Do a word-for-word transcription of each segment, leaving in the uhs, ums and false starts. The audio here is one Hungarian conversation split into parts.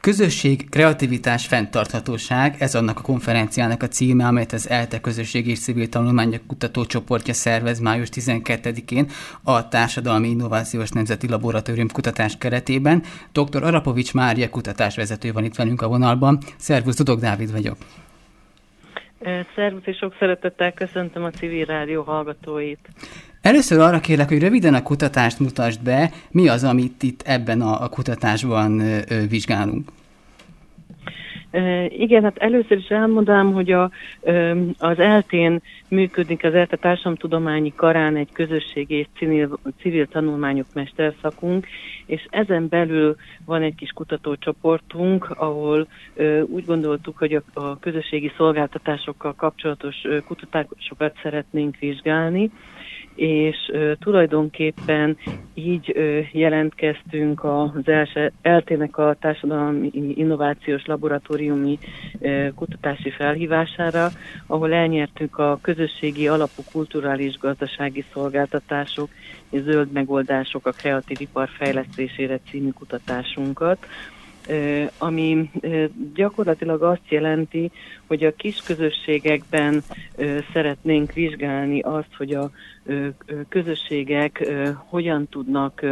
Közösség, kreativitás, fenntarthatóság, ez annak a konferenciának a címe, amelyet az ELTE Közösség és Civil Tanulmányok Kutatócsoportja szervez május tizenkettedikén a Társadalmi Innovációs Nemzeti Laboratórium kutatás keretében. doktor Arapovics Mária kutatásvezető van itt velünk a vonalban. Szervusz, Dudok Dávid vagyok. Szervusz, és sok szeretettel köszöntöm a Civil Rádió hallgatóit. Először arra kérlek, hogy röviden a kutatást mutasd be, mi az, amit itt ebben a, a kutatásban ö, ö, vizsgálunk. E, igen, hát először is elmondám, hogy a, az ELTE-n működik az ELTE Társadalomtudományi Karán egy közösségi és civil, civil tanulmányok mesterszakunk, és ezen belül van egy kis kutatócsoportunk, ahol ö, úgy gondoltuk, hogy a, a közösségi szolgáltatásokkal kapcsolatos ö, kutatásokat szeretnénk vizsgálni, és ö, tulajdonképpen így ö, jelentkeztünk az ELTE-nek a Társadalmi Innovációs Laboratóriumi ö, kutatási felhívására, ahol elnyertük a közösségi alapú kulturális gazdasági szolgáltatások és zöld megoldások a kreatív ipar fejlesztésére című kutatásunkat, ami gyakorlatilag azt jelenti, hogy a kis közösségekben szeretnénk vizsgálni azt, hogy a közösségek hogyan tudnak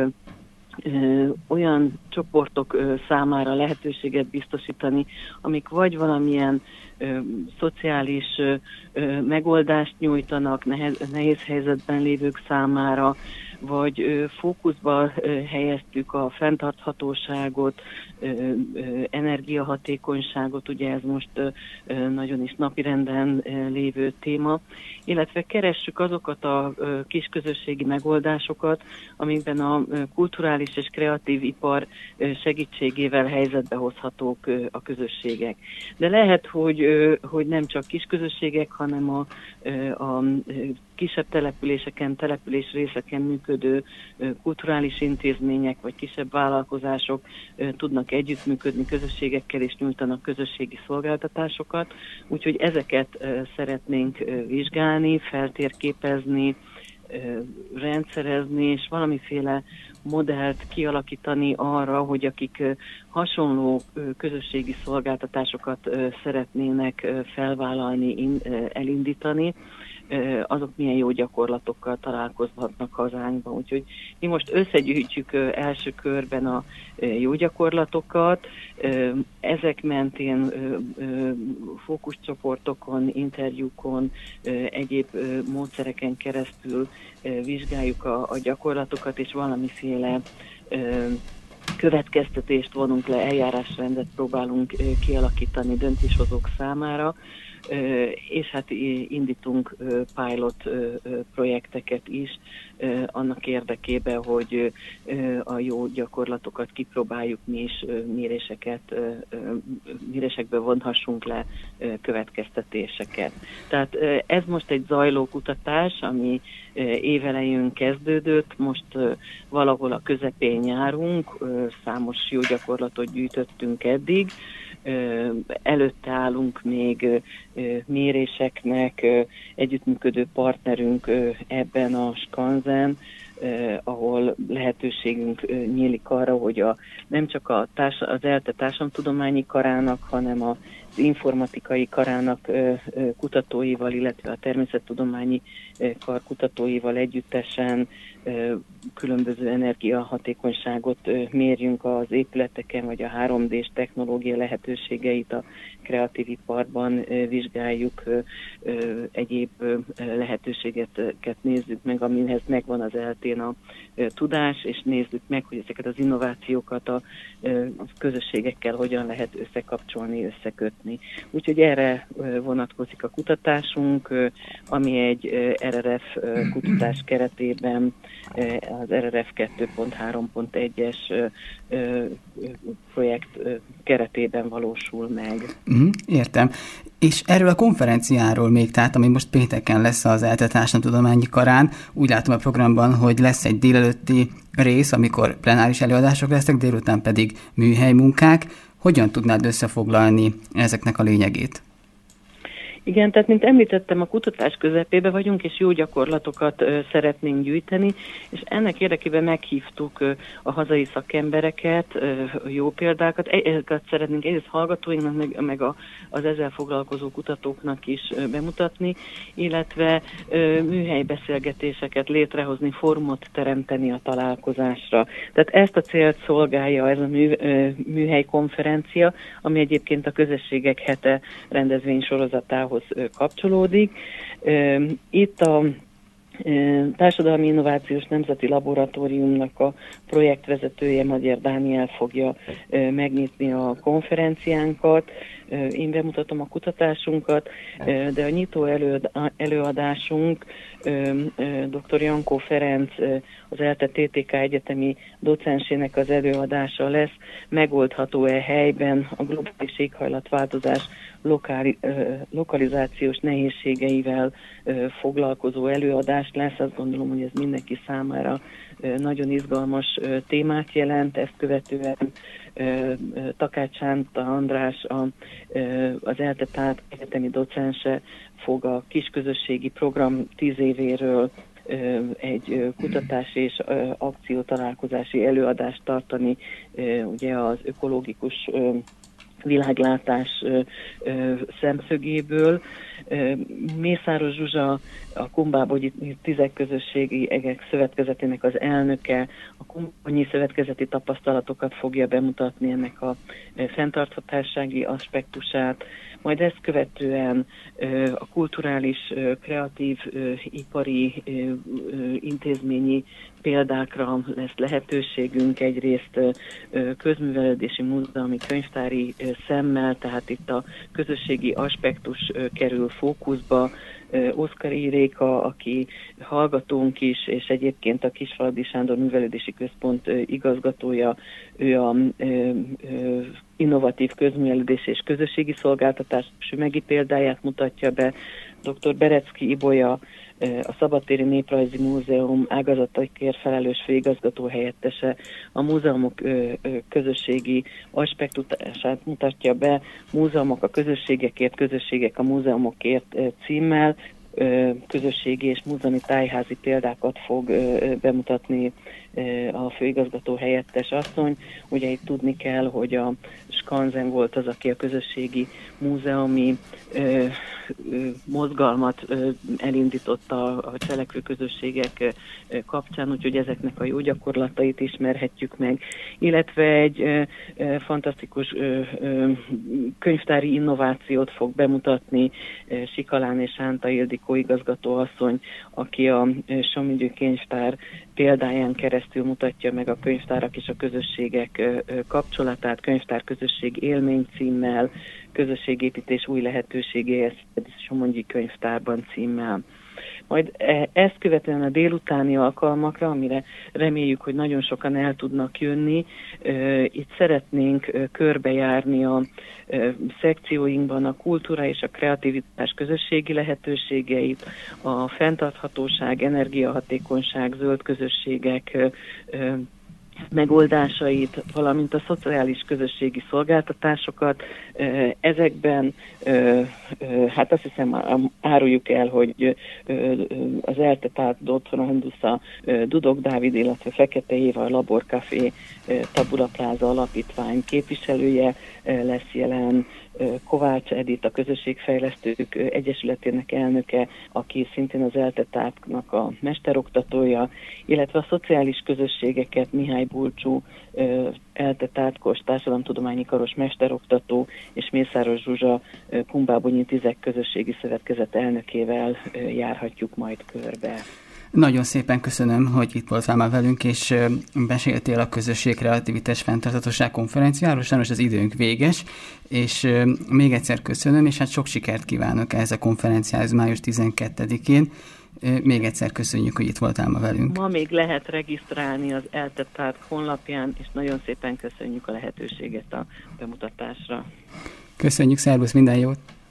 olyan csoportok számára lehetőséget biztosítani, amik vagy valamilyen ö, szociális ö, ö, megoldást nyújtanak nehez, nehéz helyzetben lévők számára, vagy ö, fókuszba ö, helyeztük a fenntarthatóságot, ö, ö, energiahatékonyságot, ugye ez most ö, ö, nagyon is napirenden ö, lévő téma, illetve keressük azokat a ö, kisközösségi megoldásokat, amikben a ö, kulturális és kreatív ipar ö, segítségével helyzetbe hozhatók ö, a közösségek. De lehet, hogy, ö, hogy nem csak kisközösségek, hanem a, ö, a kisebb településeken, település részeken működő kulturális intézmények vagy kisebb vállalkozások tudnak együttműködni közösségekkel és nyújtanak közösségi szolgáltatásokat. Úgyhogy ezeket szeretnénk vizsgálni, feltérképezni, rendszerezni, és valamiféle modellt kialakítani arra, hogy akik hasonló közösségi szolgáltatásokat szeretnének felvállalni, elindítani, azok milyen jó gyakorlatokkal találkozhatnak hazánkban. Úgyhogy mi most összegyűjtjük első körben a jó gyakorlatokat, ezek mentén fókuszcsoportokon, interjúkon, egyéb módszereken keresztül vizsgáljuk a, a gyakorlatokat, és valamiféle következtetést vonunk le, eljárásrendet próbálunk kialakítani döntéshozók számára, és hát indítunk pilot projekteket is annak érdekében, hogy a jó gyakorlatokat kipróbáljuk mi is, méréseket, mérésekből vonhassunk le következtetéseket. Tehát ez most egy zajló kutatás, ami évelején kezdődött, most valahol a közepén járunk, számos jó gyakorlatot gyűjtöttünk eddig, előtte állunk még méréseknek, együttműködő partnerünk ebben a Skanzen, ahol lehetőségünk nyílik arra, hogy a, nem csak a társ, az ELTE Társadalomtudományi Karának, hanem az informatikai karának kutatóival, illetve a természettudományi kar kutatóival együttesen különböző energiahatékonyságot mérjünk az épületeken, vagy a három dés technológia lehetőségeit a kreatív iparban vizsgáljuk, egyéb lehetőségeket nézzük meg, amihez megvan az ELTE-n a tudás, és nézzük meg, hogy ezeket az innovációkat a közösségekkel hogyan lehet összekapcsolni, összekötni. Úgyhogy erre vonatkozik a kutatásunk, ami egy er er ef kutatás keretében az er er ef kettő pont három pont egyes projekt keretében valósul meg. Mm, értem. És erről a konferenciáról még, tehát ami most pénteken lesz az ELTE Társadalomtudományi Karán, úgy látom a programban, hogy lesz egy délelőtti rész, amikor plenáris előadások lesznek, délután pedig műhelymunkák. Hogyan tudnád összefoglalni ezeknek a lényegét? Igen, tehát mint említettem, a kutatás közepébe vagyunk, és jó gyakorlatokat ö, szeretnénk gyűjteni, és ennek érdekében meghívtuk ö, a hazai szakembereket, ö, jó példákat, ezeket szeretnénk egyrészt hallgatóinknak, meg, meg a, az ezzel foglalkozó kutatóknak is ö, bemutatni, illetve ö, műhelybeszélgetéseket létrehozni, fórumot teremteni a találkozásra. Tehát ezt a célt szolgálja ez a mű, ö, műhelykonferencia, ami egyébként a Közösségek hete rendezvénysorozatához kapcsolódik. Itt a Társadalmi Innovációs Nemzeti Laboratóriumnak a projektvezetője, Magyar Dániel fogja megnyitni a konferenciánkat. Én bemutatom a kutatásunkat, de a nyitó előadásunk dr. Jankó Ferenc, az ELTE té té ká egyetemi docensének az előadása lesz. Megoldható-e helyben a globális éghajlatváltozás lokáli, lokalizációs nehézségeivel foglalkozó előadás lesz. Azt gondolom, hogy ez mindenki számára nagyon izgalmas témát jelent. Ezt követően Takács Sánta András, a, az ELTE TÁT egyetemi docense fog a kisközösségi program tíz évéről egy kutatási és akciótalálkozási előadást tartani, ugye az ökológikus világlátás ö, ö, szemszögéből. Ö, Mészáros Zsuzsa, a Kumbábonyi Tizek Közösségi Egek Szövetkezetének az elnöke, a Kumbábonyi szövetkezeti tapasztalatokat fogja bemutatni, ennek a ö, fenntarthatósági aspektusát, majd ezt követően ö, a kulturális, ö, kreatív, ö, ipari, ö, ö, intézményi példákra lesz lehetőségünk, egyrészt ö, közművelődési múzeumi könyvtári ö, szemmel, tehát itt a közösségi aspektus ö, kerül fókuszba. Oszkar Iréka, aki hallgatónk is, és egyébként a Kisfaludi Sándor Művelődési Központ igazgatója, ő a ö, ö, innovatív közművelődés és közösségi szolgáltatás sümegi példáját mutatja be. dr. Berecki Ibolya, a Szabadtéri Néprajzi Múzeum ágazatokért felelős főigazgató helyettese, a múzeumok közösségi aspektusát mutatja be, múzeumok a közösségekért, közösségek a múzeumokért címmel, közösségi és múzeumi tájházi példákat fog bemutatni a főigazgató helyettes asszony. Ugye itt tudni kell, hogy a Skanzen volt az, aki a közösségi múzeumi ö, ö, mozgalmat ö, elindította a cselekvő közösségek ö, kapcsán, úgyhogy ezeknek a jó gyakorlatait ismerhetjük meg, illetve egy ö, ö, fantasztikus ö, ö, könyvtári innovációt fog bemutatni ö, Sikalán és Sánta Ildikó igazgató asszony, aki a Somügyű Könyvtár példáján keresztül mutatja meg a könyvtárak és a közösségek kapcsolatát, Könyvtár Közösség élmény címmel, Közösségépítés új lehetőségéhez Somogyi Könyvtárban címmel. Majd ezt követően a délutáni alkalmakra, amire reméljük, hogy nagyon sokan el tudnak jönni, itt szeretnénk körbejárni a szekcióinkban a kultúra és a kreativitás közösségi lehetőségeit, a fenntarthatóság, energiahatékonyság, zöld közösségek megoldásait, valamint a szociális közösségi szolgáltatásokat. Ezekben, hát azt hiszem, áruljuk el, hogy az ELTE TÁT Doktorandusza, Dudok Dávid, illetve Fekete Éva, a Labor Café, Tabula Pláza alapítvány képviselője lesz jelen, Kovács Edit, a Közösségfejlesztők Egyesületének elnöke, aki szintén az ELTE TÁT-nak a mesteroktatója, illetve a szociális közösségeket Mihály Bulcsú, ELTE TÁT-kos társadalomtudományi karos mesteroktató, és Mészáros Zsuzsa, Kumbábonyi Tizek Közösségi Szövetkezet elnökével járhatjuk majd körbe. Nagyon szépen köszönöm, hogy itt voltál már velünk, és beszéltél a Közösség Kreativitás Fenntarthatóság konferenciáról. Sajnos az időnk véges, és még egyszer köszönöm, és hát sok sikert kívánok ehhez a konferenciához május tizenkettedikén. Még egyszer köszönjük, hogy itt voltál ma velünk. Ma még lehet regisztrálni az ELTE TÁT honlapján, és nagyon szépen köszönjük a lehetőséget a bemutatásra. Köszönjük, szervusz, minden jót!